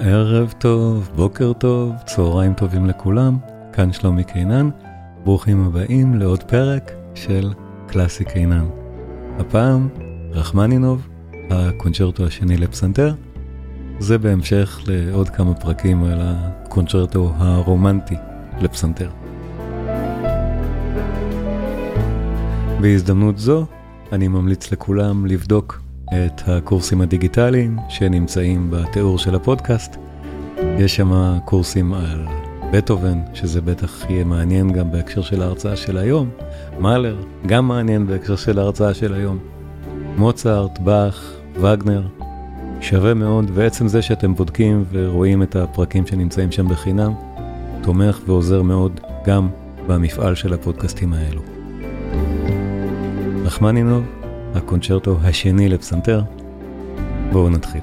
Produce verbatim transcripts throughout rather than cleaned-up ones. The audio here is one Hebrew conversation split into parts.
ערב טוב, בוקר טוב, צהריים טובים לכולם, כאן שלומי קינן, ברוכים הבאים לעוד פרק של קלאסי קינן. הפעם רחמנינוב, הקונצ'רטו השני לפסנתר, זה בהמשך לעוד כמה פרקים על הקונצ'רטו הרומנטי לפסנתר. בהזדמנות זו אני ממליץ לכולם לבדוק את הקורסים הדיגיטליים שנמצאים בתיאור של הפודקאסט. יש שם קורסים על בטהובן, שזה בטח יהיה מעניין גם בהקשר של ההרצאה של היום. מאלר, גם מעניין בהקשר של ההרצאה של היום. מוצרט, באך, וגנר, שווה מאוד, ועצם זה שאתם בודקים ורואים את הפרקים שנמצאים שם בחינם, תומך ועוזר מאוד גם במפעל של הפודקאסטים האלו. רחמנינוב, הקונצ'רטו השני לפסנתר. בואו נתחיל.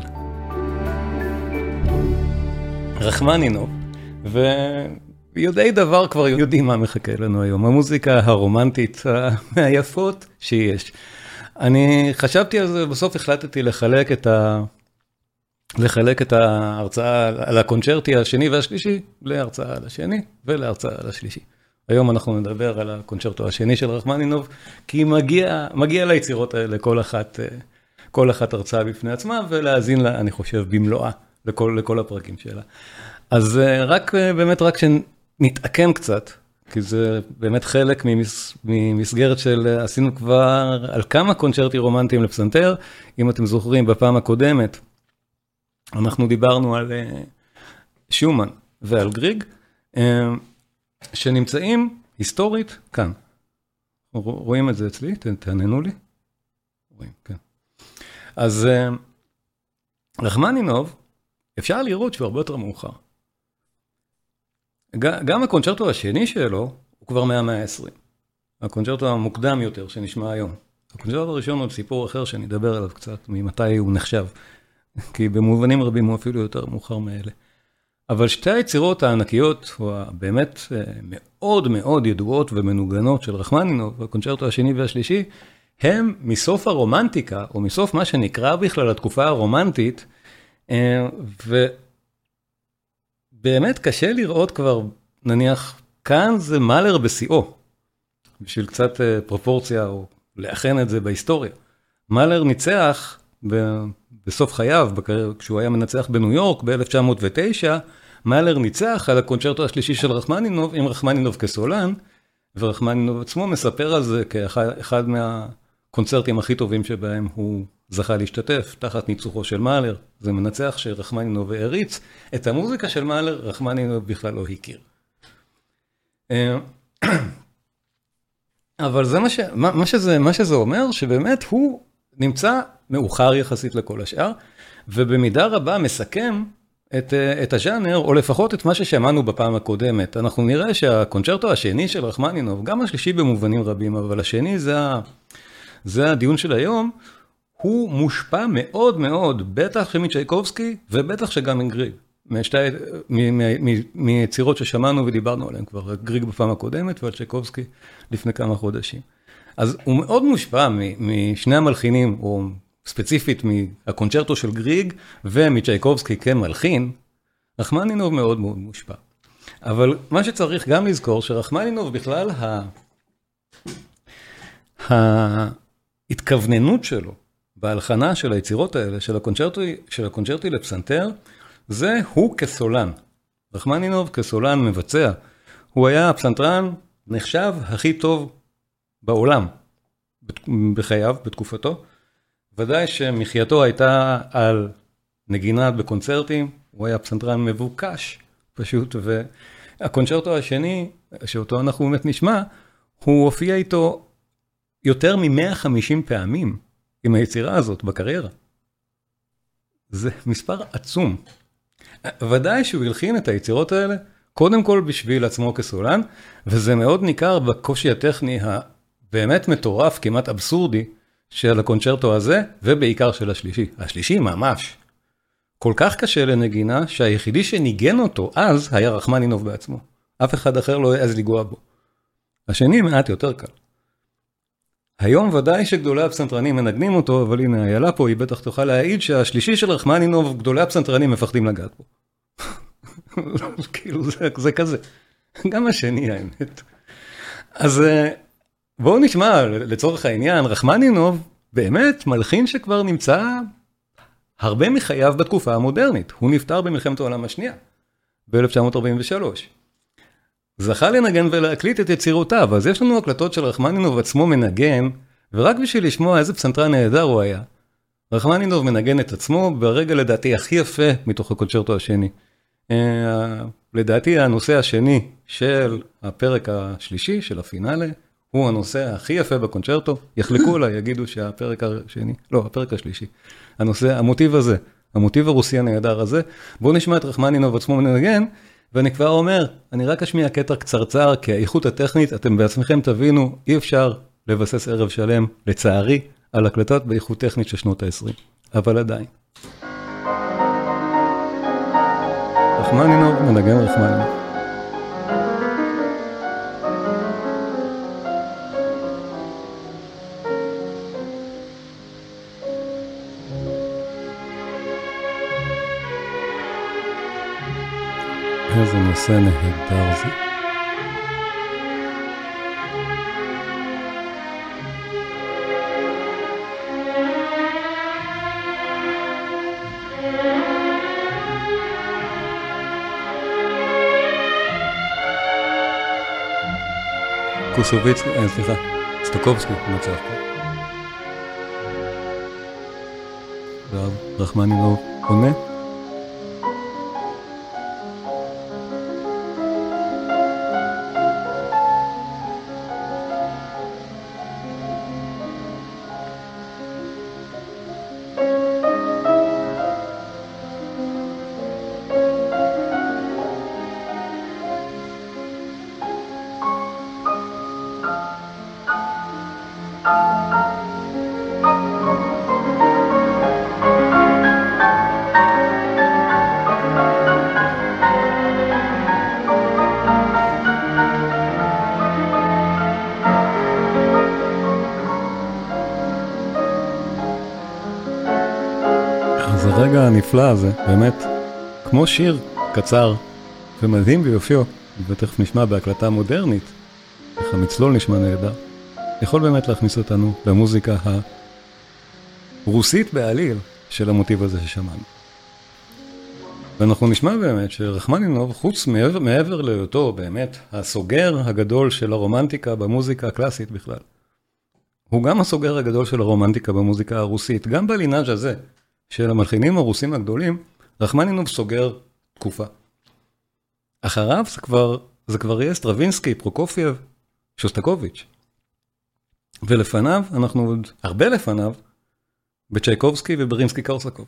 רחמנינוב, ויודעי דבר כבר יודעים מה מחכה לנו היום, המוזיקה הרומנטית היפות שיש. אני חשבתי על זה, בסוף החלטתי לחלק את ה... לחלק את ההרצאה על הקונצ'רטי השני והשלישי להרצאה על השני ולהרצאה על השלישי. היום אנחנו נדבר על הקונצ'רטו השני של רחמנינוב, כי מגיע, מגיע ליצירות האלה כל אחת, כל אחת הרצאה בפני עצמה, ולהזין לה, אני חושב, במלואה לכל, לכל הפרקים שלה. אז רק, באמת רק שנתעכם קצת, כי זה באמת חלק ממס, ממסגרת של, עשינו כבר על כמה קונצ'רטי רומנטיים לפסנתר. אם אתם זוכרים, בפעם הקודמת, אנחנו דיברנו על שומן ועל גריג, שנמצאים היסטורית כאן. רואים את זה אצלי? תעננו לי? רואים, כן. אז רחמנינוב, אפשר לראות שהוא הרבה יותר מאוחר. גם הקונצ'רטו השני שלו, הוא כבר מהמאה ה-עשרים. הקונצ'רטו המוקדם יותר שנשמע היום. הקונצ'רטו הראשון הוא סיפור אחר שאני אדבר עליו קצת, ממתי הוא נחשב. כי במובנים רבים הוא אפילו יותר מאוחר מאלה. אבל שתי היצירות הענקיות, או באמת מאוד מאוד ידועות ומנוגנות של רחמנינוב, הקונצ'רטו השני והשלישי, הם מסוף הרומנטיקה, או מסוף מה שנקרא בכלל התקופה הרומנטית, ובאמת קשה לראות כבר, נניח, כאן זה מאלר בשיאו, בשביל קצת פרופורציה, או לאחן את זה בהיסטוריה. מאלר ניצח בסוף חייו, כשהוא היה מנצח בניו יורק ב-אלף תשע מאות ותשע, מאלר ניצח על הקונצ'רטו השלישי של רחמנינוב, עם רחמנינוב כסולן, ורחמנינוב עצמו מספר על זה כאחד מהקונצרטים הכי טובים שבהם הוא זכה להשתתף, תחת ניצוחו של מאלר. זה מנצח שרחמנינוב העריץ. את המוזיקה של מאלר, רחמנינוב בכלל לא הכיר. אבל זה מה, ש... מה, שזה, מה שזה אומר, שבאמת הוא נמצא מאוחר יחסית לכל השאר, ובמידה רבה מסכם את, את הז'אנר, או לפחות את מה ששמענו בפעם הקודמת. אנחנו נראה שהקונצ'רטו השני של רחמנינוב, גם השלישי במובנים רבים, אבל השני זה, זה הדיון של היום, הוא מושפע מאוד מאוד, בטח מצ'ייקובסקי, ובטח שגם מגריג, מיצירות ששמענו ודיברנו עליהן כבר, גריג בפעם הקודמת, ועל צ'ייקובסקי לפני כמה חודשים. אז הוא מאוד מושפע משני המלחינים, או ספציפית מהקונצ'רטו של גריג, ומצ'ייקובסקי כמלחין, רחמנינוב מאוד מאוד מושפע. אבל מה שצריך גם לזכור, שרחמנינוב בכלל, ההתכווננות שלו, בהלחנה של היצירות האלה, של הקונצ'רטי, של הקונצ'רטי לפסנתר, זה הוא כסולן. רחמנינוב כסולן מבצע. הוא היה הפסנתרן נחשב הכי טוב בעולם, בחייו, בתקופתו. ודאי שמחייתו הייתה על נגינה בקונצרטים, הוא היה פסנתרן מבוקש, פשוט, והקונצ'רטו השני, שאותו אנחנו באמת נשמע, הוא הופיע איתו יותר מ-מאה וחמישים פעמים עם היצירה הזאת בקריירה. זה מספר עצום. ודאי שהוא הלחין את היצירות האלה, קודם כל בשביל עצמו כסולן, וזה מאוד ניכר בקושי הטכני הבאמת מטורף, כמעט אבסורדי, של הקונצ'רטו הזה, ובעיקר של השלישי. השלישי ממש. כל כך קשה לנגינה, שהיחידי שניגן אותו אז היה רחמנינוב בעצמו. אף אחד אחר לא העז לגוע בו. השני מעט יותר קל. היום ודאי שגדולי הפסנתרנים מנגנים אותו, אבל הנה, איילה פה, היא בטח תוכל להעיד שהשלישי של רחמנינוב, גדולי הפסנתרנים מפחדים לגעת בו. כאילו זה, זה כזה. גם השני האמת. אז בואו נשמע, לצורך העניין, רחמנינוב באמת מלחין שכבר נמצא הרבה מחייו בתקופה המודרנית. הוא נפטר במלחמת העולם השנייה, ב-אלף תשע מאות ארבעים ושלוש. זכה לנגן ולהקליט את יצירותיו, אז יש לנו הקלטות של רחמנינוב עצמו מנגן, ורק בשביל לשמוע איזה פסנתרן נהדר הוא היה, רחמנינוב מנגן את עצמו ברגע לדעתי הכי יפה מתוך הקונצ'רטו השני. לדעתי הנושא השני של הפרק השלישי, של הפינאלה, הוא הנושא הכי יפה בקונצ'רטו. יחלקו לה, יגידו שהפרק השני, לא, הפרק השלישי. הנושא, המוטיב הזה, המוטיב הרוסי הנהדר הזה. בואו נשמע את רחמנינוב עצמו מנגן, ואני כבר אומר, אני רק אשמיע קטע קצרצר, כי האיכות הטכנית, אתם בעצמכם תבינו, אי אפשר לבסס ערב שלם, לצערי, על הקלטות באיכות טכנית של שנות ה-עשרים. אבל עדיין. רחמנינוב מנגן רחמנינוב. איזה נושא נהדר זה. קוסוביצקי, אה, סליחה, סטוקובסקי, נצח פה. ואז רחמנינוב עונה. אז הרגע הנפלא הזה, באמת, כמו שיר קצר ומדהים ביופיו, ותכף נשמע בהקלטה מודרנית, איך המצלול נשמע נהדר, יכול באמת להכניס אותנו למוזיקה הרוסית בעליל של המוטיב הזה ששמענו. ואנחנו נשמע באמת שרחמנינוב, חוץ מעבר, מעבר להיותו באמת הסוגר הגדול של הרומנטיקה במוזיקה הקלאסית בכלל, הוא גם הסוגר הגדול של הרומנטיקה במוזיקה הרוסית, גם בלינאז' הזה, של המלחינים הרוסים הגדולים, רחמנינוב סוגר תקופה. אחריו זה כבר, זה כבר יהיה סטרווינסקי, פרוקופייב, שוסטקוביץ'. ולפניו, אנחנו עוד הרבה לפניו, בצ'ייקובסקי וברינסקי קורסקוב.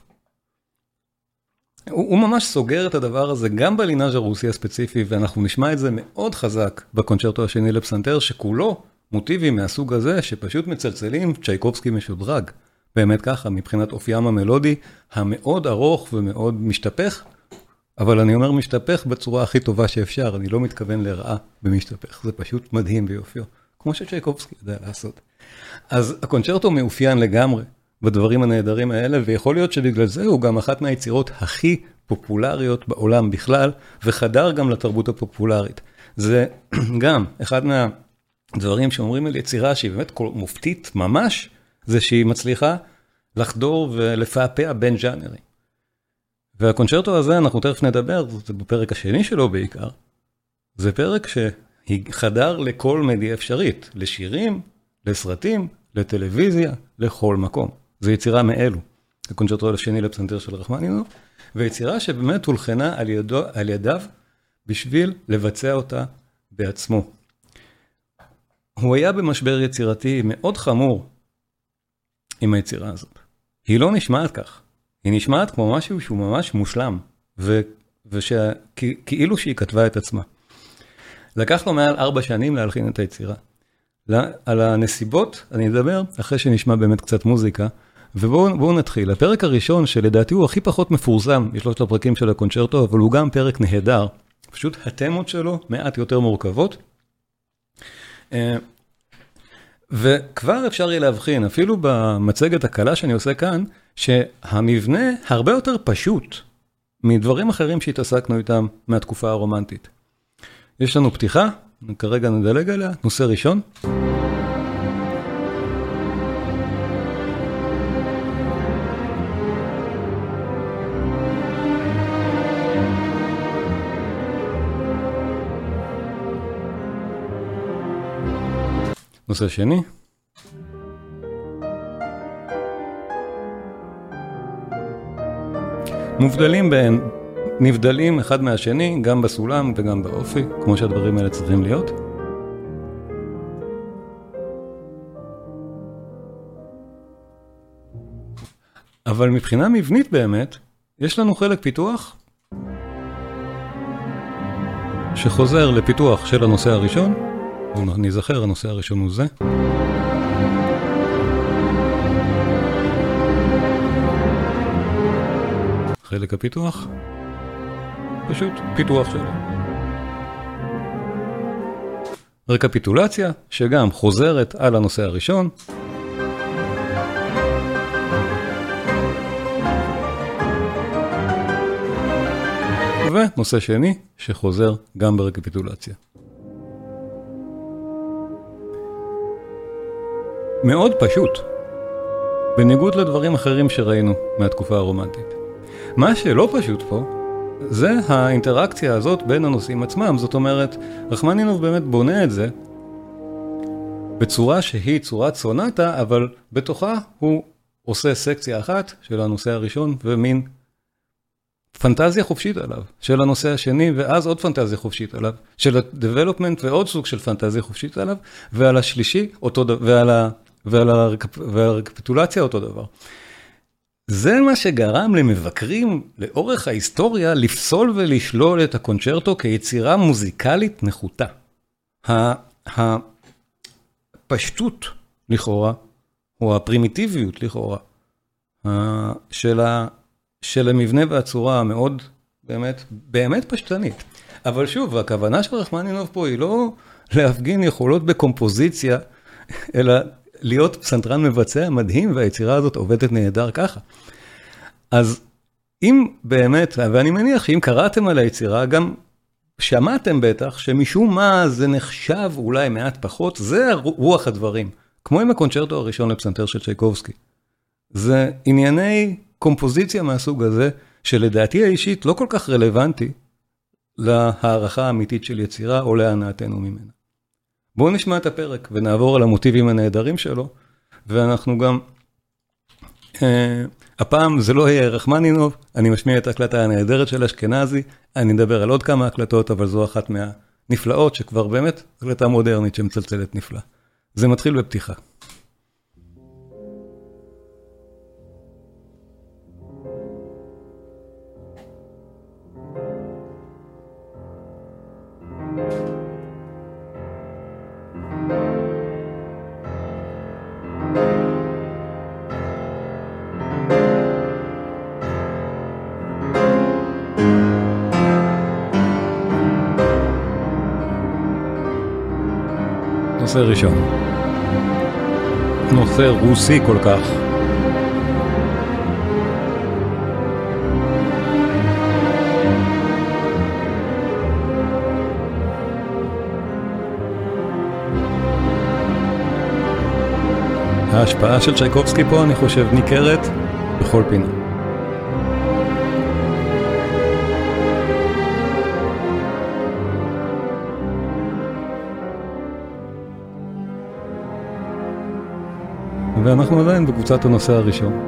הוא, הוא ממש סוגר את הדבר הזה גם בלינאז' הרוסי הספציפי, ואנחנו נשמע את זה מאוד חזק בקונצ'רטו השני לפסנתר, שכולו מוטיבים מהסוג הזה, שפשוט מצלצלים צ'ייקובסקי משודרג. באמת ככה, מבחינת אופיים המלודי, המאוד ארוך ומאוד משתפך, אבל אני אומר משתפך בצורה הכי טובה שאפשר, אני לא מתכוון לרעה במשתפך, זה פשוט מדהים ביופיו, כמו שצ'ייקובסקי יודע לעשות. אז הקונצ'רטו מאופיין לגמרי בדברים הנהדרים האלה, ויכול להיות שבגלל זה הוא גם אחת מהיצירות הכי פופולריות בעולם בכלל, וחדר גם לתרבות הפופולרית. זה גם אחד מהדברים שאומרים על יצירה שהיא באמת מופתית ממש, זה שהיא מצליחה לחדור ולפעפע בין ז'אנרים. והקונצ'רטו הזה, אנחנו תכף נדבר, זה בפרק השני שלו בעיקר, זה פרק שחדר לכל מדיה אפשרית, לשירים, לסרטים, לטלוויזיה, לכל מקום. זו יצירה מאלו, הקונצ'רטו השני לפסנתר של רחמנינוב, ויצירה שבאמת הולחנה על, ידו, על ידיו בשביל לבצע אותה בעצמו. הוא היה במשבר יצירתי מאוד חמור, עם היצירה הזאת. היא לא נשמעת כך. היא נשמעת כמו משהו שהוא ממש מושלם, ו, ושה, כאילו שהיא כתבה את עצמה. לקח לו מעל ארבע שנים להלחין את היצירה. על הנסיבות אני אדבר אחרי שנשמע באמת קצת מוזיקה, ובואו בואו נתחיל. הפרק הראשון שלדעתי הוא הכי פחות מפורסם, יש לו את הפרקים של הקונצ'רטו, אבל הוא גם פרק נהדר. פשוט התמות שלו מעט יותר מורכבות. וכבר אפשר יהיה להבחין, אפילו במצגת הקלה שאני עושה כאן, שהמבנה הרבה יותר פשוט מדברים אחרים שהתעסקנו איתם מהתקופה הרומנטית. יש לנו פתיחה, כרגע נדלג עליה, נושא ראשון. נושא שני. מובדלים בין, נבדלים אחד מהשני, גם בסולם וגם באופי, כמו שהדברים האלה צריכים להיות. אבל מבחינה מבנית באמת, יש לנו חלק פיתוח שחוזר לפיתוח של הנושא הראשון, אני זוכר, הנושא הראשון הוא זה. חלק הפיתוח, פשוט פיתוח שלו. רקפיטולציה, שגם חוזרת על הנושא הראשון. ונושא שני, שחוזר גם ברקפיטולציה. מאוד פשוט, בניגוד לדברים אחרים שראינו מהתקופה הרומנטית. מה שלא פשוט פה, זה האינטראקציה הזאת בין הנושאים עצמם. זאת אומרת, רחמנינוב באמת בונה את זה בצורה שהיא צורת סונטה, אבל בתוכה הוא עושה סקציה אחת של הנושא הראשון, ומין פנטזיה חופשית עליו, של הנושא השני, ואז עוד פנטזיה חופשית עליו, של ה-development ועוד סוג של פנטזיה חופשית עליו, ועל השלישי, אותו דבר, ועל ה... ועל הרקפ... והרקפיטולציה אותו דבר. זה מה שגרם למבקרים לאורך ההיסטוריה לפסול ולשלול את הקונצ'רטו כיצירה מוזיקלית נחותה. הפשטות לכאורה, או הפרימיטיביות לכאורה, של, ה... של המבנה והצורה המאוד באמת, באמת פשטנית. אבל שוב, הכוונה של רחמנינוב פה היא לא להפגין יכולות בקומפוזיציה, אלא להיות פסנתרן מבצע מדהים, והיצירה הזאת עובדת נהדר ככה. אז אם באמת, ואני מניח שאם קראתם על היצירה, גם שמעתם בטח שמשום מה זה נחשב אולי מעט פחות, זה רוח הדברים. כמו עם הקונצ'רטו הראשון לפסנתר של צ'ייקובסקי. זה ענייני קומפוזיציה מהסוג הזה, שלדעתי האישית לא כל כך רלוונטי להערכה האמיתית של יצירה, או להנאתנו ממנה. בואו נשמע את הפרק ונעבור על המוטיבים הנהדרים שלו, ואנחנו גם, אה, הפעם זה לא יהיה רחמנינוב, אני משמיע את ההקלטה הנהדרת של אשכנזי, אני אדבר על עוד כמה הקלטות, אבל זו אחת מהנפלאות שכבר באמת הקלטה מודרנית שמצלצלת נפלא. זה מתחיל בפתיחה. נושא ראשון. נושא רוסי כל כך. ההשפעה של צ'ייקובסקי פה, אני חושב, ניכרת בכל פינה. ואנחנו עדיין בקבוצת הנושא הראשון.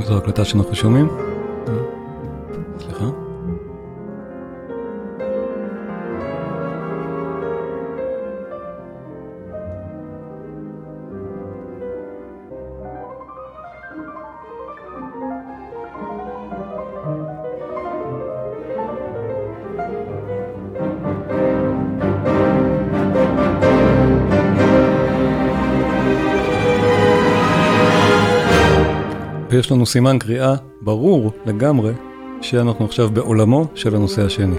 זו הקלטה שאנחנו שומעים. סליחה. ויש לנו סימן קריאה ברור לגמרי שאנחנו עכשיו בעולמו של הנושא השני.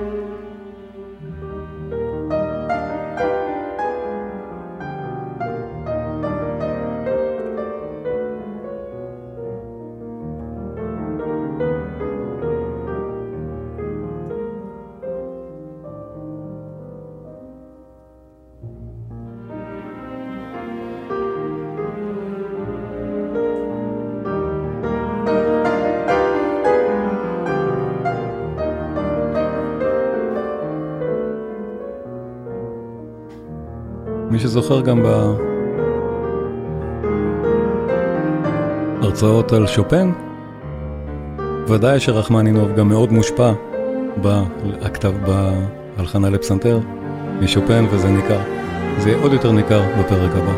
מי שזוכר גם בהרצאות על שופן, ודאי שרחמנינוב גם מאוד מושפע בכתב, בהלחנה לפסנתר משופן, וזה ניכר. זה עוד יותר ניכר בפרק הבא.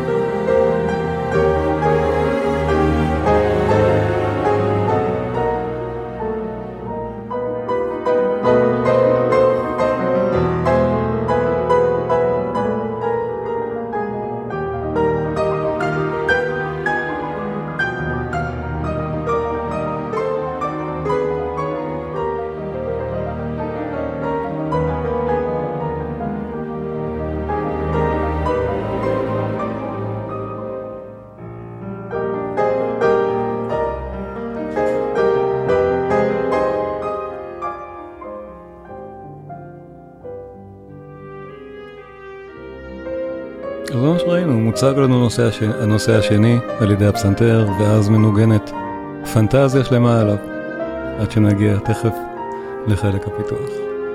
אז מה שראינו, מוצג לנו הנושא, הש... הנושא השני על ידי הפסנתר, ואז מנוגנת פנטזיה שלמה עליו, עד שנגיע תכף לחלק הפיתוח.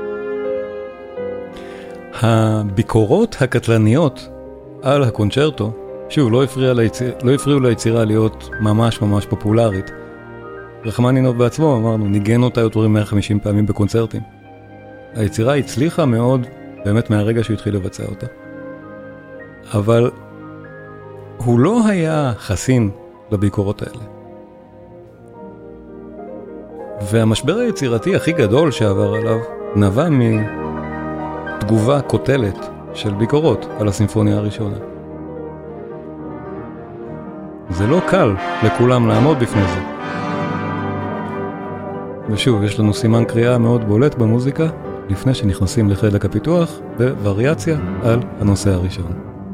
הביקורות הקטלניות על הקונצ'רטו, שוב, לא הפריע ליציר... לא הפריעו ליצירה להיות ממש ממש פופולרית. רחמנינוב בעצמו, אמרנו, ניגן אותה יותר מ-מאה וחמישים פעמים בקונצרטים. היצירה הצליחה מאוד, באמת מהרגע שהוא התחיל לבצע אותה. אבל הוא לא היה חסין לביקורות האלה. והמשבר היצירתי הכי גדול שעבר עליו נבע מתגובה קוטלת של ביקורות על הסימפוניה הראשונה. זה לא קל לכולם לעמוד בפני זה. ושוב, יש לנו סימן קריאה מאוד בולט במוזיקה, לפני שנכנסים לחלק הפיתוח בווריאציה על הנושא הראשון.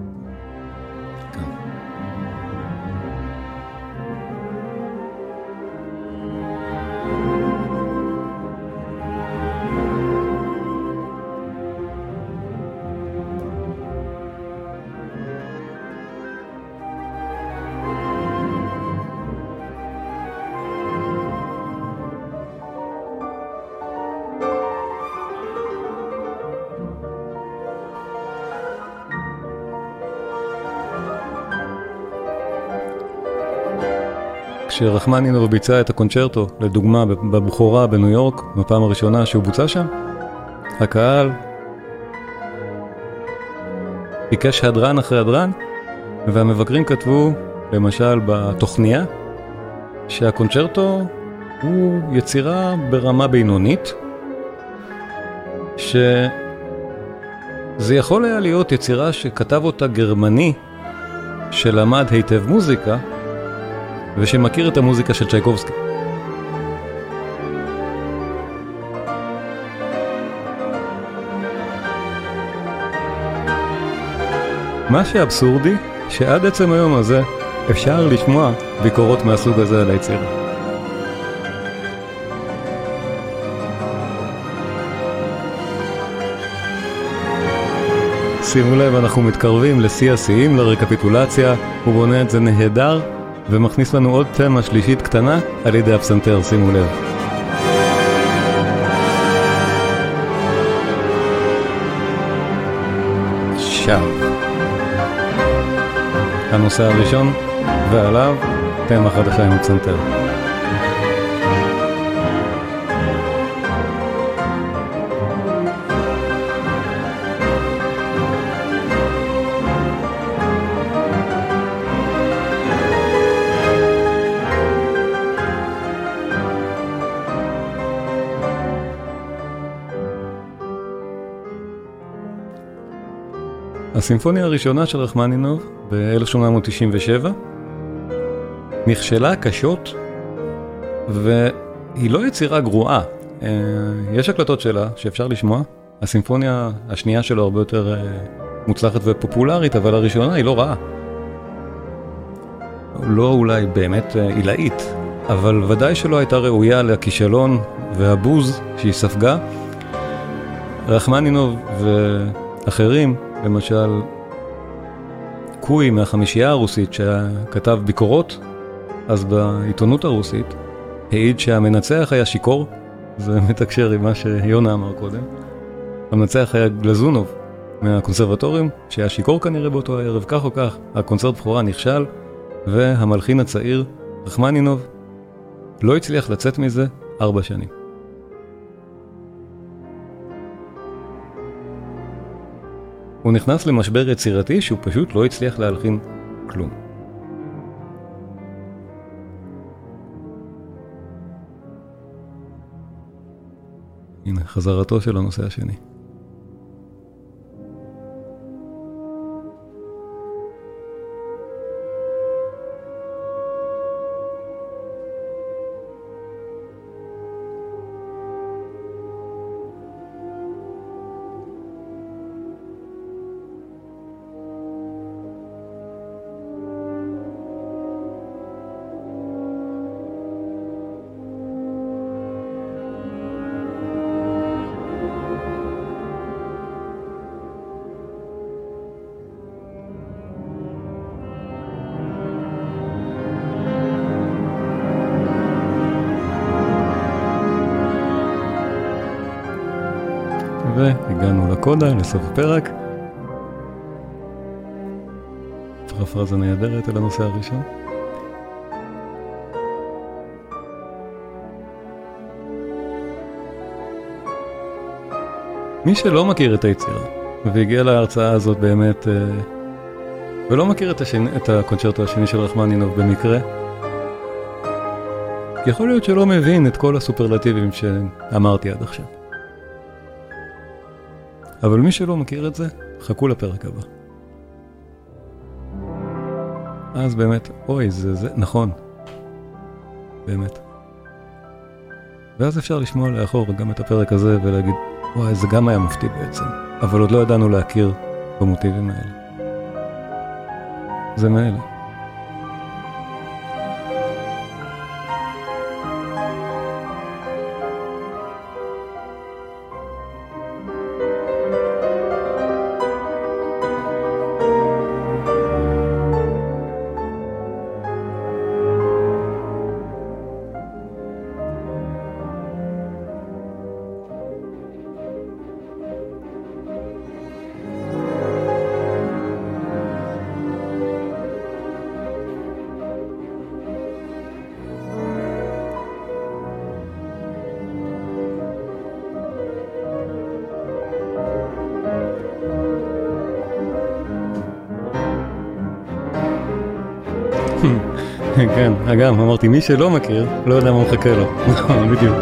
כשרחמנינוב ביצע את הקונצ'רטו, לדוגמה בבכורה בניו יורק, בפעם הראשונה שהוא בוצע שם, הקהל ביקש הדרן אחרי הדרן, והמבקרים כתבו, למשל בתוכניה, שהקונצ'רטו הוא יצירה ברמה בינונית, שזה יכול היה להיות יצירה שכתב אותה גרמני, שלמד היטב מוזיקה, ושמכיר את המוזיקה של צ'ייקובסקי. מה שאבסורדי, שעד עצם היום הזה אפשר לשמוע ביקורות מהסוג הזה על היצירה. שימו לב, אנחנו מתקרבים לשיא השיאים, לרקפיטולציה, הוא בונה את זה נהדר, ומכניס לנו עוד תמה שלישית קטנה על ידי הפסנתר, שימו לב. עכשיו. הנושא הראשון, ועליו תמה חדשה עם הפסנתר. הסימפוניה הראשונה של רחמנינוב ב-אלף שמונה מאות תשעים ושבע נכשלה קשות, והיא לא יצירה גרועה. יש הקלטות שלה שאפשר לשמוע. הסימפוניה השנייה שלו הרבה יותר מוצלחת ופופולרית, אבל הראשונה היא לא רעה. לא אולי באמת עילאית, אבל ודאי שלא הייתה ראויה לכישלון והבוז שהיא ספגה. רחמנינוב ואחרים, למשל קוי מהחמישייה הרוסית שכתב ביקורות אז בעיתונות הרוסית, העיד שהמנצח היה שיקור. זה מתקשר עם מה שיונה אמר קודם. המנצח היה גלזונוב מהקונסרבטוריום, שהיה שיקור כנראה באותו הערב. כך או כך, הקונצרט בכורה נכשל, והמלחין הצעיר רחמנינוב לא הצליח לצאת מזה ארבע שנים. הוא נכנס למשבר יצירתי שהוא פשוט לא הצליח להלחין כלום. הנה, חזרתו של הנושא השני. והגענו לקודה, לסוף הפרק. פרפרזה נהדרת על הנושא הראשון. מי שלא מכיר את היצירה, והגיע להרצאה הזאת באמת, ולא מכיר את, השני, את הקונצ'רטו השני של רחמנינוב במקרה, יכול להיות שלא מבין את כל הסופרלטיבים שאמרתי עד עכשיו. אבל מי שלא מכיר את זה, חכו לפרק הבא. אז באמת, אוי, זה, זה, נכון. באמת. ואז אפשר לשמוע לאחור גם את הפרק הזה ולהגיד, וואי, זה גם היה מופתי בעצם. אבל עוד לא ידענו להכיר במוטיבים האלה. זה מאלה. כן, אגב, אמרתי, מי שלא מכיר, לא יודע מה מחכה לו. בדיוק.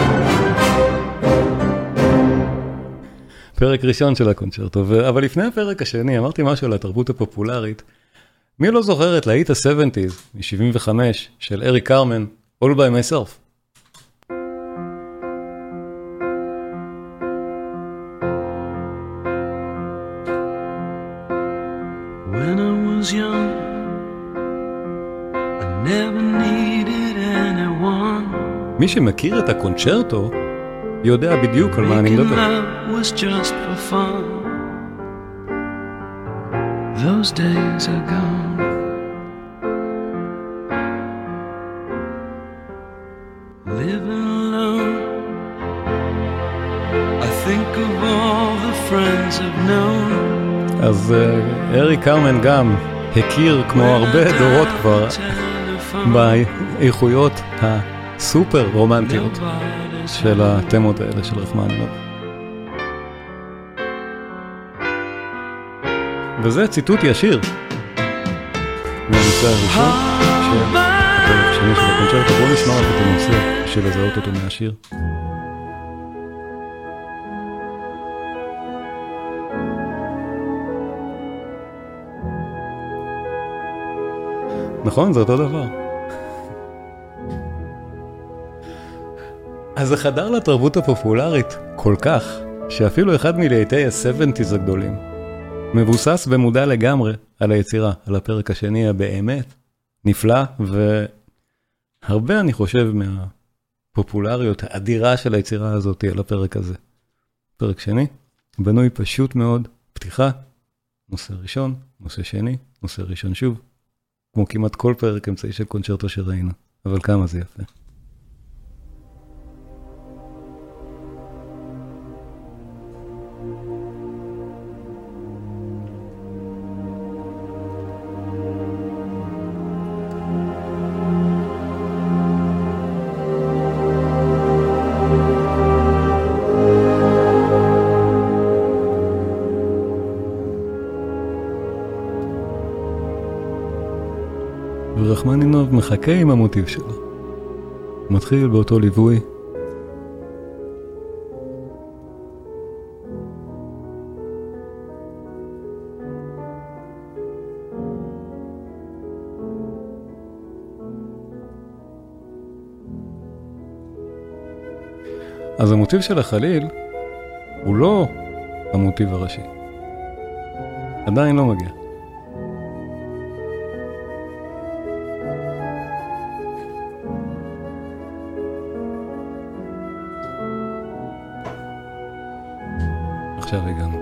פרק ראשון של הקונצ'רטו, אבל לפני הפרק השני, אמרתי משהו על התרבות הפופולרית. מי לא זוכר את להיט ה-שבעים מ-שבעים וחמש של אריק קרמן, All by Myself? When I was young, I never needed anyone. מי שמכיר את הקונצ'רטו יודע בדיוק על מה אני מדבר. Making love was just for fun. Those days are gone. Living alone, I think of all the friends I've known. אז אריק קרמן גם הכיר כמו הרבה דורות כבר באיכויות הסופר רומנטיות של התמות האלה של רחמנינוב. וזה ציטוט ישיר מהנושא הראשון שני של הקונצ'רטו. בואו נשמע רק את הנושא של לזהות אותו מהשיר. נכון, זה אותו דבר. אז זה חדר לתרבות הפופולרית כל כך, שאפילו אחד מלהיטי ה-שבעים הגדולים, מבוסס ומודע לגמרי על היצירה, על הפרק השני הבאמת נפלא, והרבה אני חושב מהפופולריות האדירה של היצירה הזאת על הפרק הזה. פרק שני, בנוי פשוט מאוד, פתיחה, נושא ראשון, נושא שני, נושא ראשון שוב, כמו כמעט כל פרק אמצעי של קונצ'רטו שראינו, אבל כמה זה יפה. ורחמנינוב מחכה עם המוטיב שלו. מתחיל באותו ליווי. אז המוטיב של החליל הוא לא המוטיב הראשי. עדיין לא מגיע. עכשיו הגענו.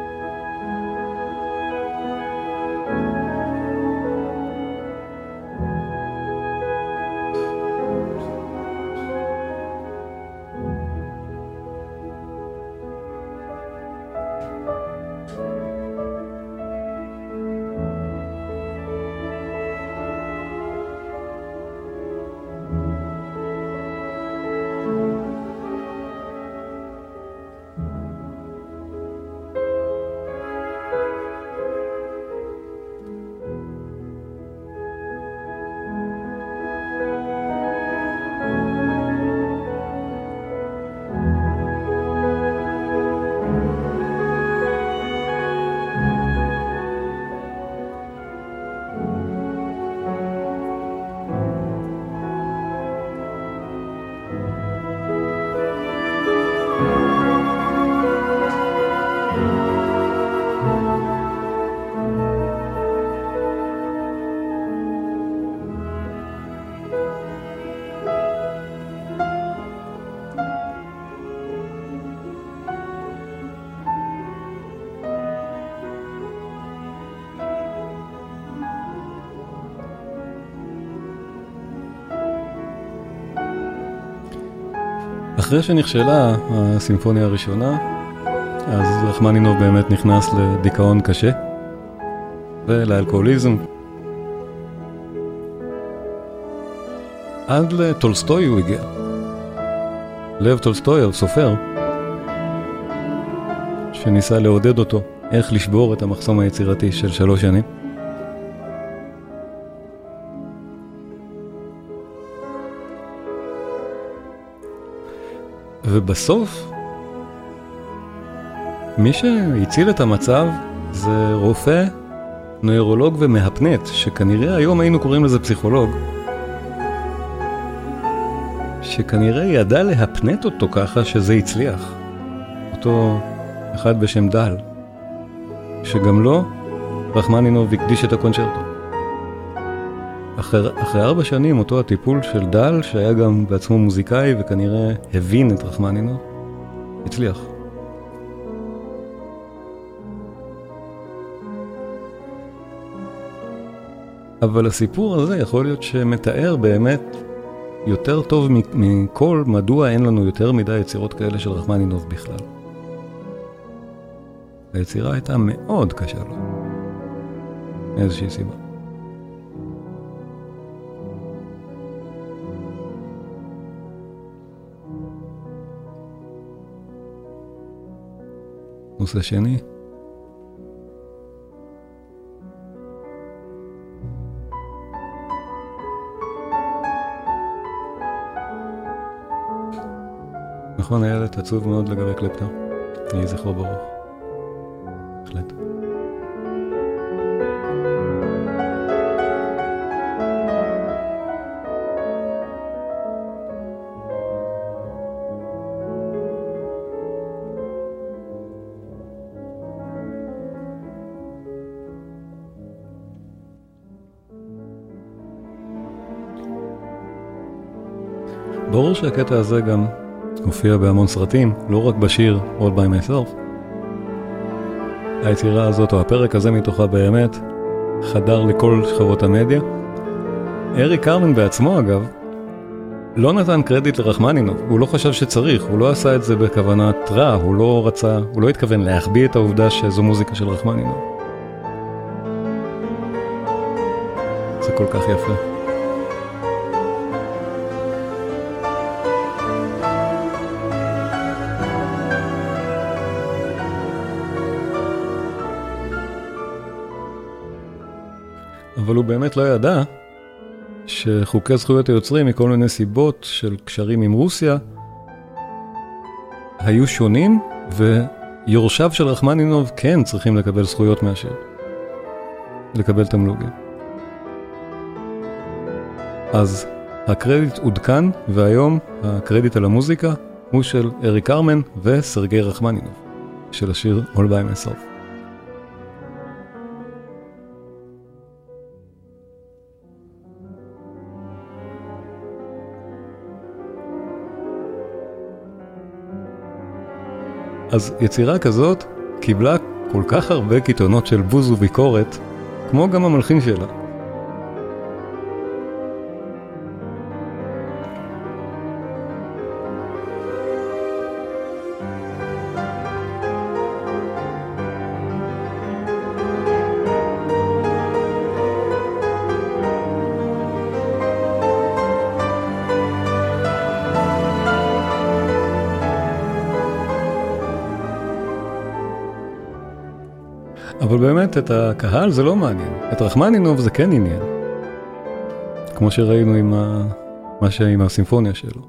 אחרי שנכשלה הסימפוניה הראשונה, אז רחמנינוב באמת נכנס לדיכאון קשה ולאלכוהוליזם. עד לטולסטוי הוא הגיע. לב טולסטוי, סופר, שניסה לעודד אותו איך לשבור את המחסום היצירתי של שלוש שנים. ובסוף, מי שהציל את המצב זה רופא, נוירולוג ומהפנט, שכנראה היום היינו קוראים לזה פסיכולוג, שכנראה ידע להפנט אותו ככה שזה הצליח. אותו אחד בשם דל, שגם לו רחמנינוב הקדיש את הקונצ'רטו. אחרי, אחרי ארבע שנים אותו הטיפול של דל, שהיה גם בעצמו מוזיקאי וכנראה הבין את רחמנינוב, הצליח. אבל הסיפור הזה יכול להיות שמתאר באמת יותר טוב מכל מדוע אין לנו יותר מדי יצירות כאלה של רחמנינוב בכלל. היצירה הייתה מאוד קשה לו. מאיזושהי סיבה. נושא שני. נכון, היה עצוב מאוד לגבי קלפטר. יהי זכרו ברוך. בהחלט. ברור שהקטע הזה גם הופיע בהמון סרטים, לא רק בשיר All by Myself. היצירה הזאת, או הפרק הזה מתוכה באמת, חדר לכל שכבות המדיה. אריק קרמן בעצמו, אגב, לא נתן קרדיט לרחמנינוב, הוא לא חשב שצריך, הוא לא עשה את זה בכוונת רע, הוא לא רצה, הוא לא התכוון להחביא את העובדה שזו מוזיקה של רחמנינוב. זה כל כך יפה. אבל הוא באמת לא ידע שחוקי זכויות היוצרים מכל מיני סיבות של קשרים עם רוסיה היו שונים, ויורשיו של רחמנינוב כן צריכים לקבל זכויות מהשיר, לקבל תמלוגים. אז הקרדיט עודכן, והיום הקרדיט על המוזיקה הוא של אריק קרמן וסרגי רחמנינוב של השיר All by Myself. אז יצירה כזאת קיבלה כל כך הרבה קיתונות של בוז וביקורת, כמו גם המלחין שלה. אבל באמת את הקהל זה לא מעניין. את רחמנינוב זה כן עניין. כמו שראינו עם ה... מה שעם הסימפוניה שלו.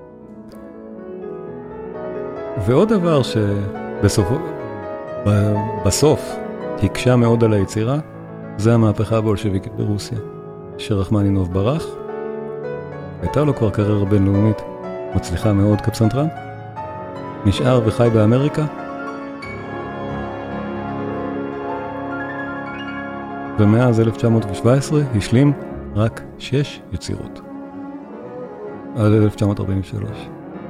ועוד דבר שבסוף ב... בסוף הקשה מאוד על היצירה, זה המהפכה הבולשביקית ברוסיה. שרחמנינוב ברח, הייתה לו כבר קריירה בינלאומית מצליחה מאוד כפסנתרן, נשאר וחי באמריקה, ומאז אלף תשע מאות שבע עשרה השלים רק שש יצירות. עד אלף תשע מאות ארבעים ושלוש.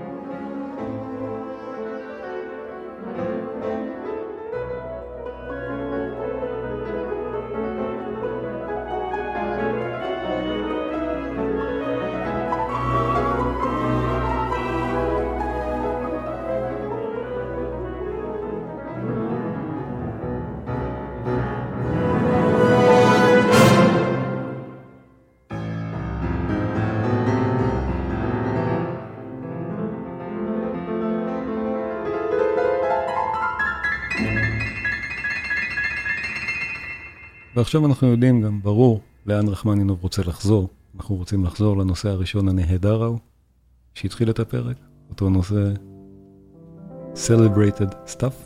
ועכשיו אנחנו יודעים גם, ברור, לאן רחמנינוב רוצה לחזור. אנחנו רוצים לחזור לנושא הראשון הנהדר ההוא, שהתחיל את הפרק, אותו נושא celebrated stuff.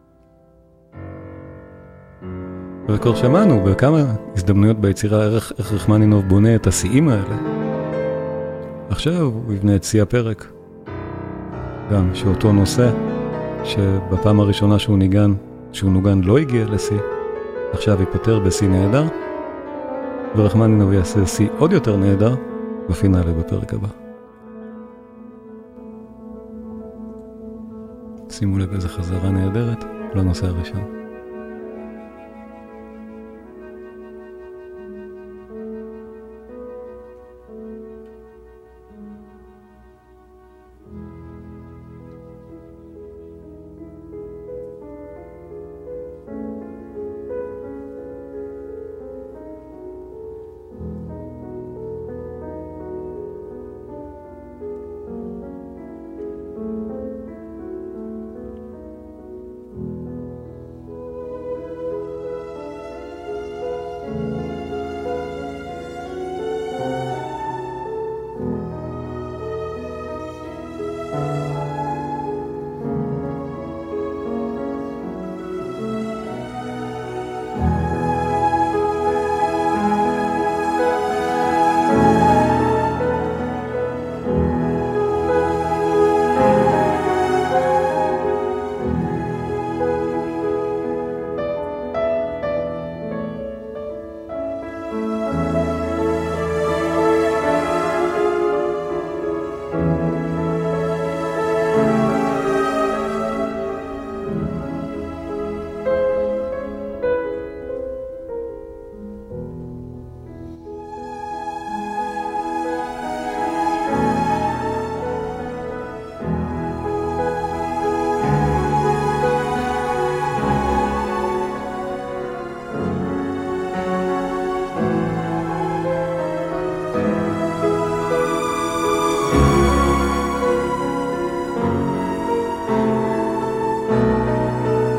וכבר שמענו בכמה הזדמנויות ביצירה איך, איך רחמנינוב בונה את השיאים האלה. עכשיו הוא יבנה את שיא הפרק. גם שאותו נושא, שבפעם הראשונה שהוא ניגן, שהוא נוגן לא הגיע לשיא, עכשיו ייפטר בשיא נהדר, ורחמנינוב יעשה שיא עוד יותר נהדר בפינאלה בפרק הבא. שימו לב איזה חזרה נהדרת לנושא הראשון.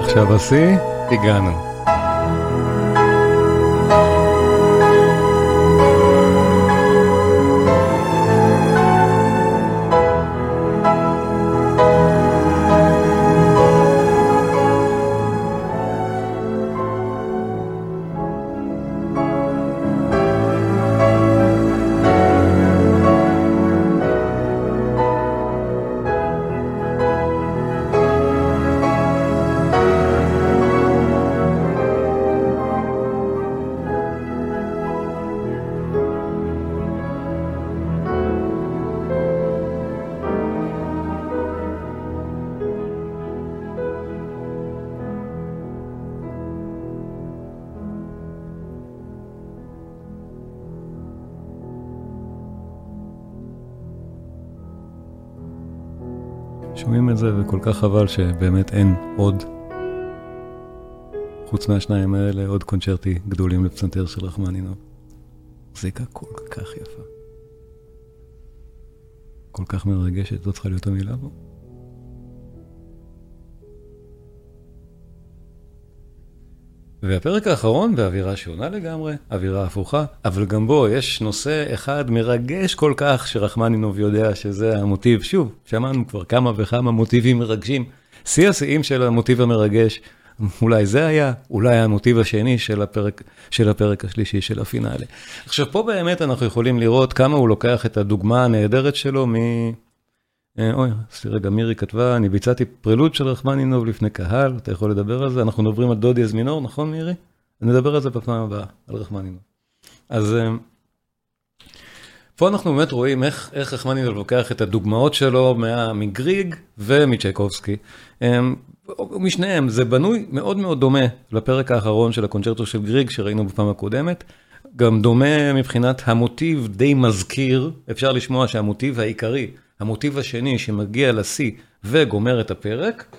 עכשיו השיא, הגענו. שומעים את זה וכל כך חבל שבאמת אין עוד, חוץ מהשניים האלה, עוד קונצ'רטי גדולים לפסנתר של רחמנינוב. מוזיקה כל כך יפה. כל כך מרגשת, זאת צריכה להיות המילה בו. והפרק האחרון באווירה שונה לגמרי, אווירה הפוכה, אבל גם בו יש נושא אחד מרגש כל כך שרחמנינוב יודע שזה המוטיב. שוב, שמענו כבר כמה וכמה מוטיבים מרגשים. שיא השיאים של המוטיב המרגש, אולי זה היה, אולי המוטיב השני של הפרק, של הפרק השלישי של הפינאלה. עכשיו פה באמת אנחנו יכולים לראות כמה הוא לוקח את הדוגמה הנהדרת שלו מ... אוי, רגע, מירי כתבה, אני ביצעתי פרילוד של רחמנינוב לפני קהל, אתה יכול לדבר על זה? אנחנו מדברים על דו דיאז מינור, נכון מירי? נדבר על זה בפעם הבאה, על רחמנינוב. אז פה אנחנו באמת רואים איך, איך רחמנינוב לוקח את הדוגמאות שלו מגריג ומצ'ייקובסקי. משניהם, זה בנוי מאוד מאוד דומה לפרק האחרון של הקונצ'רטו של גריג שראינו בפעם הקודמת, גם דומה מבחינת המוטיב די מזכיר, אפשר לשמוע שהמוטיב העיקרי, המוטיב השני שמגיע לשיא וגומר את הפרק,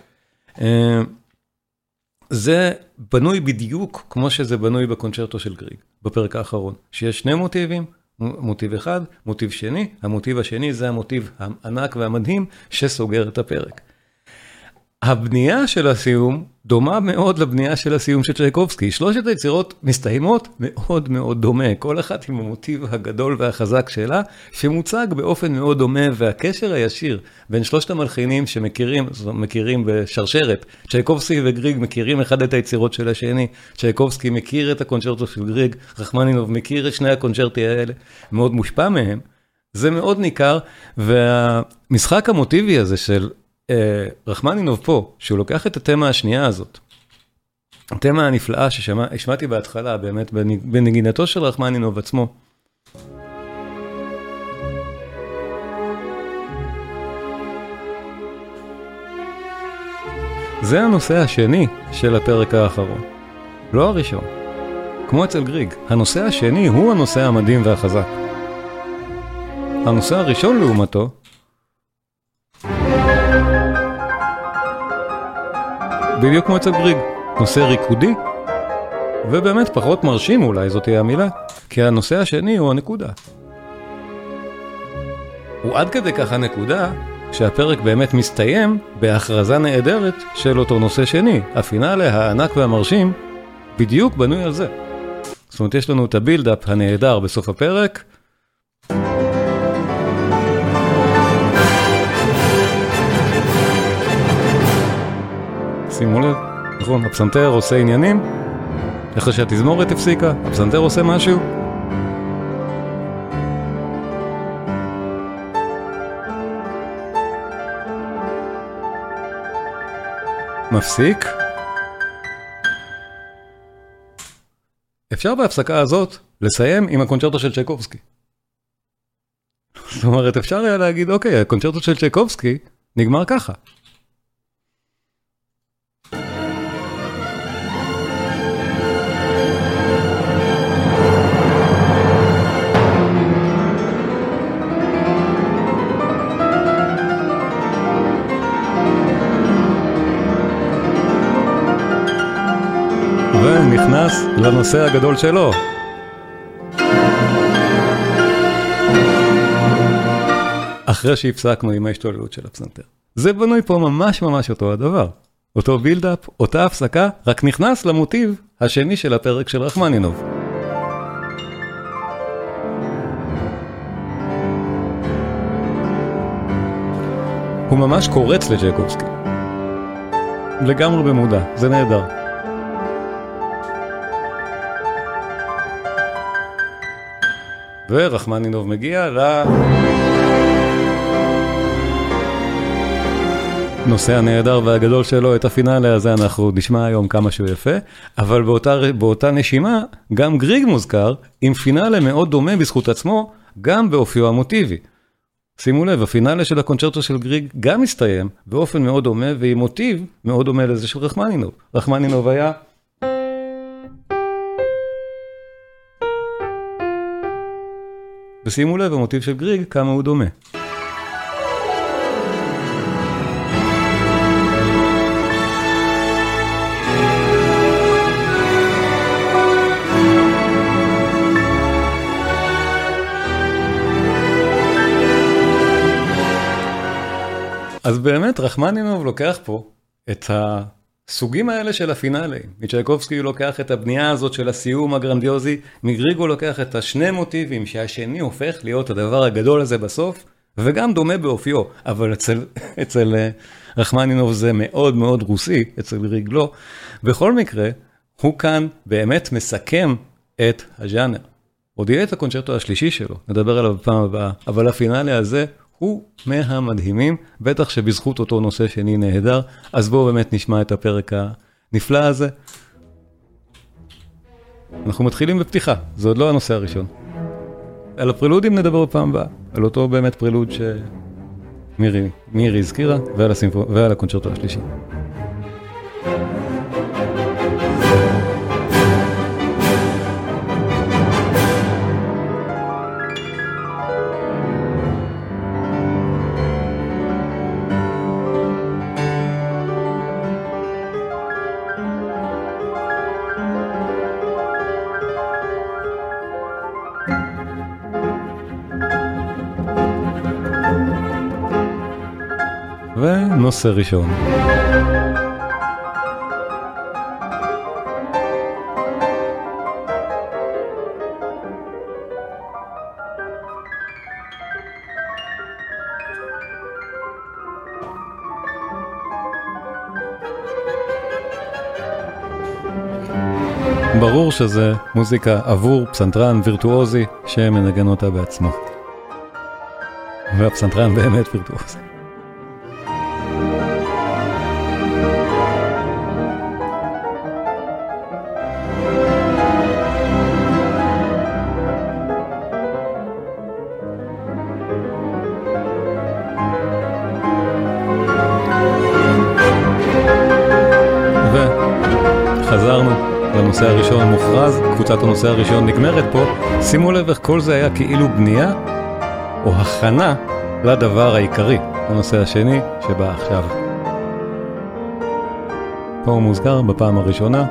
זה בנוי בדיוק כמו שזה בנוי בקונצ'רטו של גריג, בפרק האחרון, שיש שני מוטיבים, מוטיב אחד, מוטיב שני, המוטיב השני זה המוטיב הענק והמדהים שסוגר את הפרק. הבנייה של הסיום דומה מאוד לבנייה של הסיום של צ'ייקובסקי. שלושת היצירות מסתיימות מאוד מאוד דומה, כל אחת עם המוטיב הגדול והחזק שלה, שמוצג באופן מאוד דומה, והקשר הישיר בין שלושת המלחינים שמכירים, מכירים בשרשרת, צ'ייקובסקי וגריג מכירים אחד את היצירות של השני, צ'ייקובסקי מכיר את הקונצ'רטו של גריג, רחמנינוב מכיר את שני הקונצ'רטי האלה, מאוד מושפע מהם, זה מאוד ניכר, והמשחק המוטיבי הזה של רחמנינוב פה, שהוא לוקח את התמה השנייה הזאת, התמה הנפלאה ששמעתי בהתחלה, באמת בנגינתו של רחמנינוב עצמו, זה הנושא השני של הפרק האחרון, לא הראשון. כמו אצל גריג, הנושא השני הוא הנושא המדהים והחזק. הנושא הראשון לעומתו, בדיוק כמו אצל גריג, נושא ריקודי, ובאמת פחות מרשים אולי, זאת תהיה המילה, כי הנושא השני הוא הנקודה. הוא עד כדי כך הנקודה, שהפרק באמת מסתיים בהכרזה נהדרת של אותו נושא שני. הפינאלה הענק והמרשים בדיוק בנוי על זה. זאת אומרת, יש לנו את הבילדאפ הנהדר בסוף הפרק, שימו לב, נכון, הפסנתר עושה עניינים, אחרי שהתזמורת הפסיקה, הפסנתר עושה משהו. מפסיק. אפשר בהפסקה הזאת לסיים עם הקונצ'רטו של צ'ייקובסקי. זאת אומרת, אפשר היה להגיד, אוקיי, הקונצ'רטו של צ'ייקובסקי נגמר ככה. ונכנס לנושא הגדול שלו. אחרי שהפסקנו עם ההשתוללות של הפסנתר. זה בנוי פה ממש ממש אותו הדבר. אותו בילדאפ, אותה הפסקה, רק נכנס למוטיב השני של הפרק של רחמנינוב. הוא ממש קורץ לצ'ייקובסקי. לגמרי במודע, זה נהדר. ורחמנינוב מגיע לנושא הנהדר והגדול שלו, את הפינאלה הזה אנחנו נשמע היום כמה שהוא יפה, אבל באותה, באותה נשימה גם גריג מוזכר עם פינאלה מאוד דומה בזכות עצמו, גם באופיו המוטיבי. שימו לב, הפינאלה של הקונצ'רטו של גריג גם מסתיים באופן מאוד דומה, ועם מוטיב מאוד דומה לזה של רחמנינוב. רחמנינוב היה... ושימו לב, המוטיב של גריג כמה הוא דומה. אז באמת רחמנינוב לוקח פה את הסוגים האלה של הפינאלים. מצ'ייקובסקי הוא לוקח את הבנייה הזאת של הסיום הגרנדיוזי, מגריג הוא לוקח את השני מוטיבים שהשני הופך להיות הדבר הגדול הזה בסוף, וגם דומה באופיו, אבל אצל, אצל רחמנינוב זה מאוד מאוד רוסי, אצל גריג לא. בכל מקרה, הוא כאן באמת מסכם את הז'אנר. עוד יהיה את הקונצ'רטו השלישי שלו, נדבר עליו בפעם הבאה, אבל הפינאלי הזה הוא מהמדהימים, בטח שבזכות אותו נושא שני נהדר, אז בואו באמת נשמע את הפרק הנפלא הזה. אנחנו מתחילים בפתיחה, זה עוד לא הנושא הראשון. על הפרילודים נדבר בפעם הבאה, על אותו באמת פרילוד שמירי מירי הזכירה, ועל, הסימפו... ועל הקונצ'רטו השלישי. ונושא ראשון. ברור שזה מוזיקה עבור פסנתרן וירטואוזי שמנגן אותה בעצמו. והפסנתרן באמת וירטואוזי. וחזרנו לנושא הראשון מוכרז, קבוצת הנושא הראשון נגמרת פה. שימו לב איך כל זה היה כאילו בנייה או הכנה לדבר העיקרי, הנושא השני שבא עכשיו. פה הוא מוזכר בפעם הראשונה.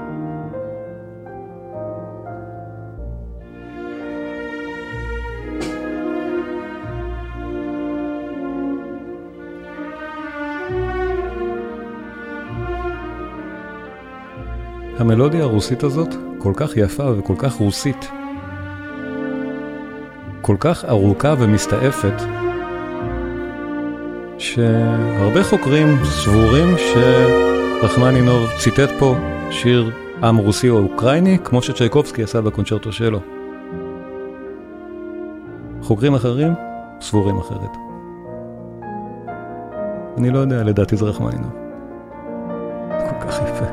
המלודיה הרוסית הזאת כל כך יפה וכל כך רוסית, כל כך ארוכה ומסתעפת, שהרבה חוקרים סבורים שרחמנינוב ציטט פה שיר עם רוסי או אוקראיני, כמו שצ'ייקובסקי עשה בקונצ'רטו שלו. חוקרים אחרים סבורים אחרת. אני לא יודע, לדעתי זה רחמנינוב. כל כך יפה.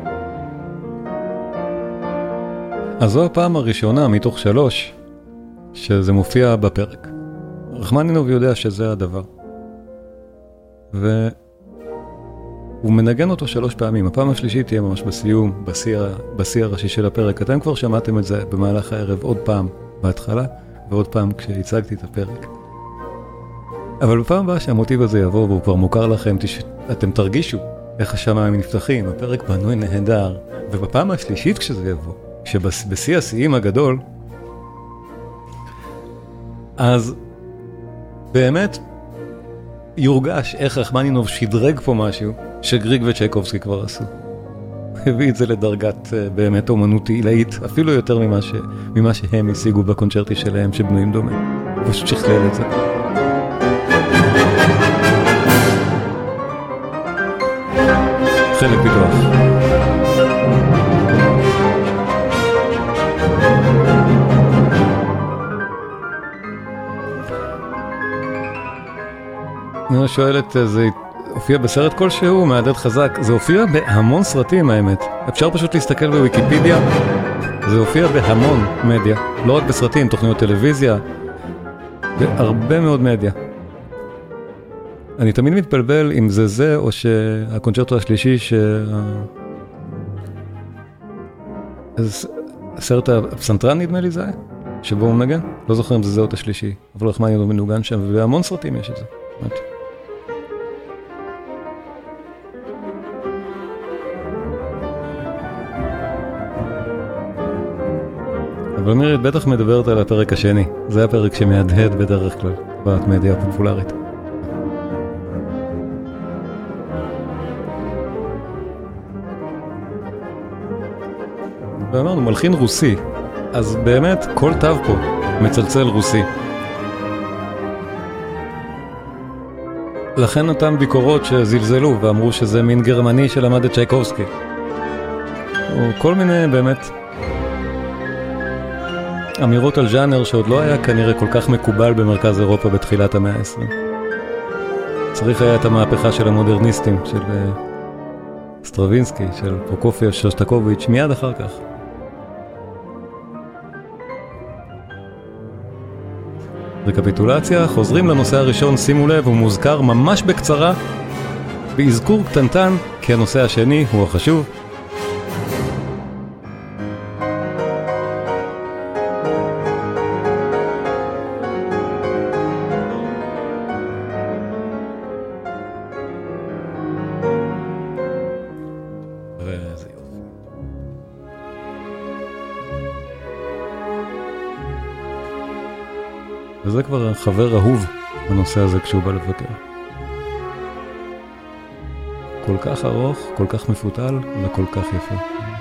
אז זו הפעם הראשונה מתוך שלוש שזה מופיע בפרק. רחמנינוב יודע שזה הדבר. והוא מנגן אותו שלוש פעמים. הפעם השלישית תהיה ממש בסיום, בשיא, בשיא הראשי של הפרק. אתם כבר שמעתם את זה במהלך הערב עוד פעם בהתחלה, ועוד פעם כשהצגתי את הפרק. אבל בפעם הבאה שהמוטיב הזה יבוא, והוא כבר מוכר לכם, תש... אתם תרגישו איך השמיים נפתחים, הפרק בנוי נהדר, ובפעם השלישית כשזה יבוא, כשבשיא השיאים הגדול, אז באמת יורגש איך רחמנינוב שדרג פה משהו שגריג וצ'ייקובסקי כבר עשו. הביא את זה לדרגת באמת אומנות עילאית, אפילו יותר ממה, ש... ממה שהם השיגו בקונצ'רטי שלהם שבנויים דומה. פשוט שכלל את זה. חלק פיתוח. אני שואלת, זה הופיע בסרט כלשהו, מעדד חזק, זה הופיע בהמון סרטים האמת, אפשר פשוט להסתכל בוויקיפדיה, זה הופיע בהמון מדיה, לא רק בסרטים, תוכניות טלוויזיה, בהרבה מאוד מדיה. אני תמיד מתבלבל אם זה זה או שהקונצ'רטו השלישי, הסרט הפסנתרן נדמה לי זה, שבו הוא מנגן, לא זוכר אם זה זה או את השלישי, אבל רחמנינוב מנוגן שם, ובהמון סרטים יש את זה. אבל מירית בטח מדברת על הפרק השני, זה הפרק שמהדהד בדרך כלל במדיה הפופולרית. ואמרנו, מלחין רוסי, אז באמת כל תו פה מצלצל רוסי. לכן אותם ביקורות שזלזלו ואמרו שזה מין גרמני שלמד את צ'ייקובסקי. או כל מיני באמת אמירות על ז'אנר שעוד לא היה כנראה כל כך מקובל במרכז אירופה בתחילת המאה ה-עשרים. צריך היה את המהפכה של המודרניסטים, של סטרווינסקי, של פרוקופייב, שוסטקוביץ', מיד אחר כך. רקפיטולציה, חוזרים לנושא הראשון, שימו לב, הוא מוזכר ממש בקצרה, באזכור קטנטן, כי הנושא השני הוא החשוב. וזה כבר חבר אהוב בנושא הזה כשהוא בא לבקר. כל כך ארוך, כל כך מפותל וכל כך יפה.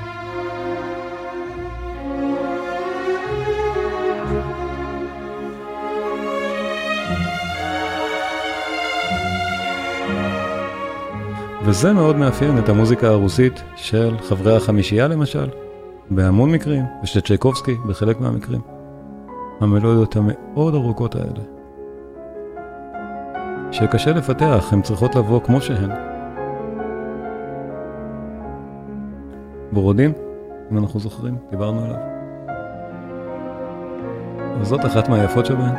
וזה מאוד מאפיין את המוזיקה הרוסית של חברי החמישייה למשל, בהמון מקרים, ושל צ'ייקובסקי בחלק מהמקרים. המלודיות המאוד ארוכות האלה, שקשה לפתח, הן צריכות לבוא כמו שהן. בורודין, אם אנחנו זוכרים, דיברנו עליו. וזאת אחת מהיפות שבהן.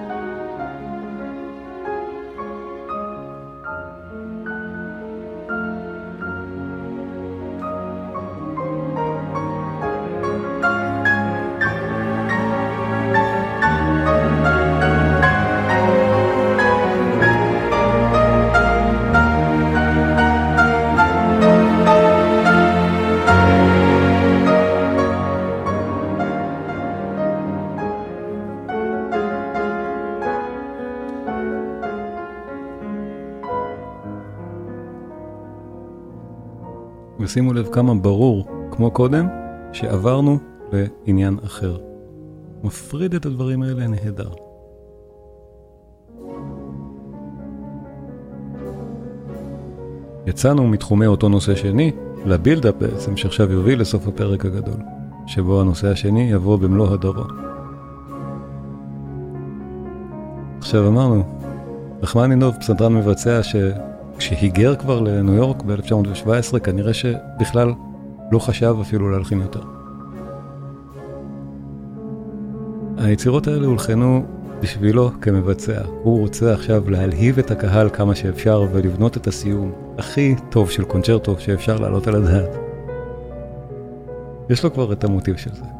ושימו לב כמה ברור, כמו קודם, שעברנו לעניין אחר. מפריד את הדברים האלה נהדר. יצאנו מתחומי אותו נושא שני, לבילדאפ בעצם, שעכשיו יוביל לסוף הפרק הגדול, שבו הנושא השני יבוא במלוא הדרו. עכשיו אמרנו, רחמנינוב פסנתרן מבצע ש... כשהיגר כבר לניו יורק ב-אלף תשע מאות שבע עשרה, כנראה שבכלל לא חשב אפילו להלחין יותר. היצירות האלה הולחנו בשבילו כמבצע. הוא רוצה עכשיו להלהיב את הקהל כמה שאפשר ולבנות את הסיום הכי טוב של קונצ'רטו שאפשר לעלות על הדעת. יש לו כבר את המוטיב של זה.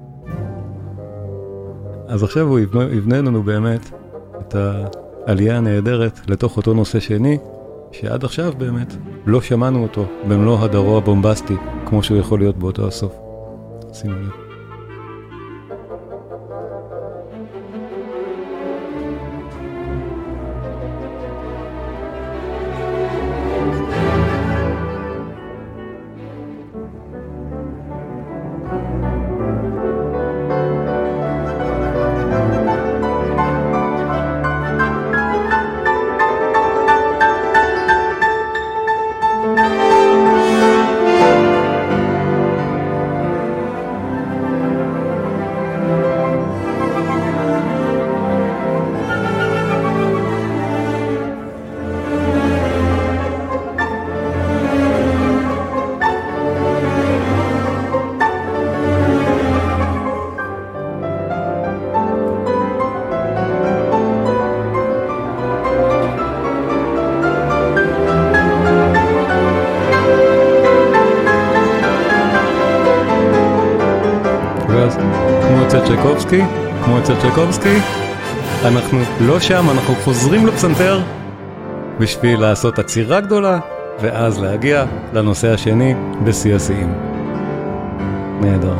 אז עכשיו הוא יבנה, יבנה לנו באמת את העלייה הנהדרת לתוך אותו נושא שני, שעד עכשיו באמת לא שמענו אותו במלוא הדרו הבומבסטי, כמו שהוא יכול להיות באותו הסוף. שימו לב. כמו אצל צ'ייקובסקי, כמו אצל צ'ייקובסקי, אנחנו לא שם, אנחנו חוזרים לפסנתר בשביל לעשות עצירה גדולה, ואז להגיע לנושא השני בשיא השיאים. נהדר.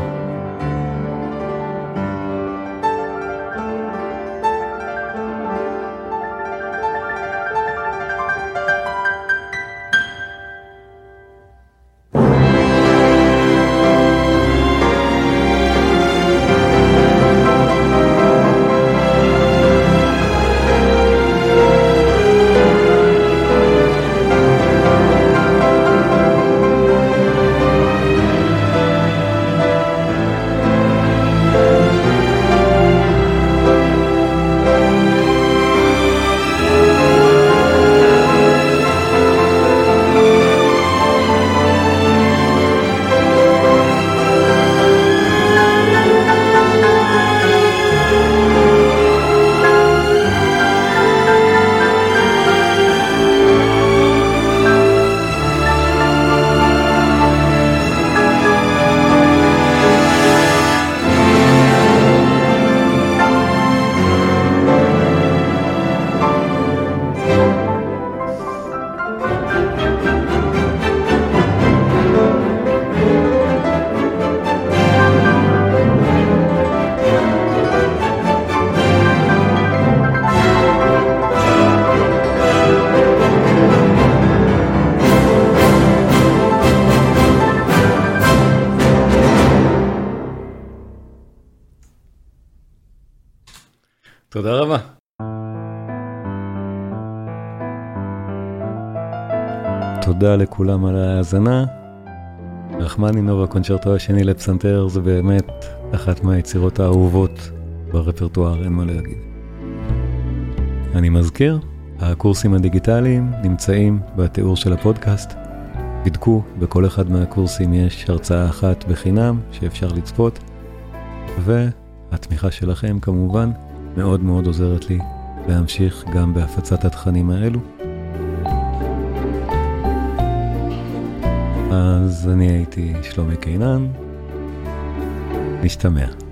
תודה רבה. תודה לכולם על ההאזנה. רחמנינוב, הקונצ'רטו השני לפסנתר, זה באמת אחת מהיצירות האהובות ברפרטואר, אין מה להגיד. אני מזכיר, הקורסים הדיגיטליים נמצאים בתיאור של הפודקאסט. בדקו, בכל אחד מהקורסים יש הרצאה אחת בחינם שאפשר לצפות, והתמיכה שלכם כמובן מאוד מאוד עוזרת לי להמשיך גם בהפצת התכנים האלו. אז אני הייתי שלומי קינן, נשתמע.